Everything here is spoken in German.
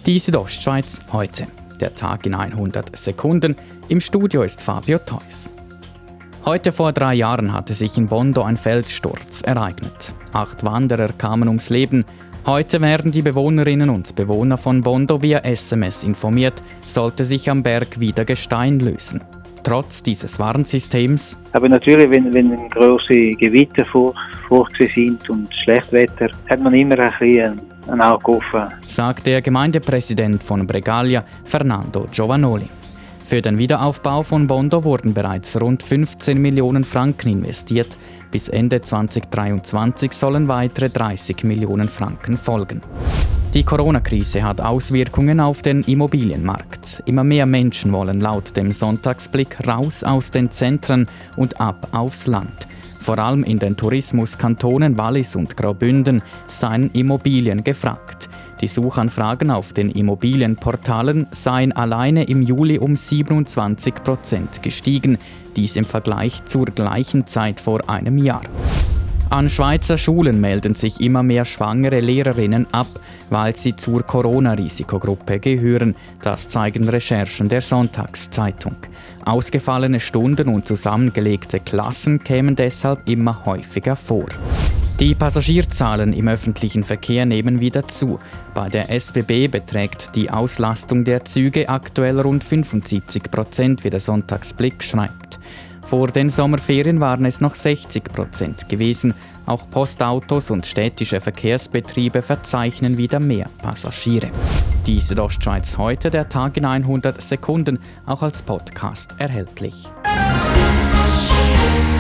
Die Südostschweiz heute. Der Tag in 100 Sekunden. Im Studio ist Fabio Theus. Heute vor 3 Jahren hatte sich in Bondo ein Felssturz ereignet. 8 Wanderer kamen ums Leben. Heute werden die Bewohnerinnen und Bewohner von Bondo via SMS informiert, sollte sich am Berg wieder Gestein lösen. Trotz dieses Warnsystems. Aber natürlich, wenn grosse Gewitter vorgesehen sind und Schlechtwetter, hat man immer ein bisschen ein Auge offen, sagt der Gemeindepräsident von Bregaglia, Fernando Giovanoli. Für den Wiederaufbau von Bondo wurden bereits rund 15 Millionen Franken investiert. Bis Ende 2023 sollen weitere 30 Millionen Franken folgen. Die Corona-Krise hat Auswirkungen auf den Immobilienmarkt. Immer mehr Menschen wollen laut dem Sonntagsblick raus aus den Zentren und ab aufs Land. Vor allem in den Tourismuskantonen Wallis und Graubünden seien Immobilien gefragt. Die Suchanfragen auf den Immobilienportalen seien alleine im Juli um 27% gestiegen, dies im Vergleich zur gleichen Zeit vor einem Jahr. An Schweizer Schulen melden sich immer mehr schwangere Lehrerinnen ab, weil sie zur Corona-Risikogruppe gehören. Das zeigen Recherchen der Sonntagszeitung. Ausgefallene Stunden und zusammengelegte Klassen kämen deshalb immer häufiger vor. Die Passagierzahlen im öffentlichen Verkehr nehmen wieder zu. Bei der SBB beträgt die Auslastung der Züge aktuell rund 75%, wie der Sonntagsblick schreibt. Vor den Sommerferien waren es noch 60% gewesen. Auch Postautos und städtische Verkehrsbetriebe verzeichnen wieder mehr Passagiere. Die Südostschweiz heute, der Tag in 100 Sekunden, auch als Podcast erhältlich.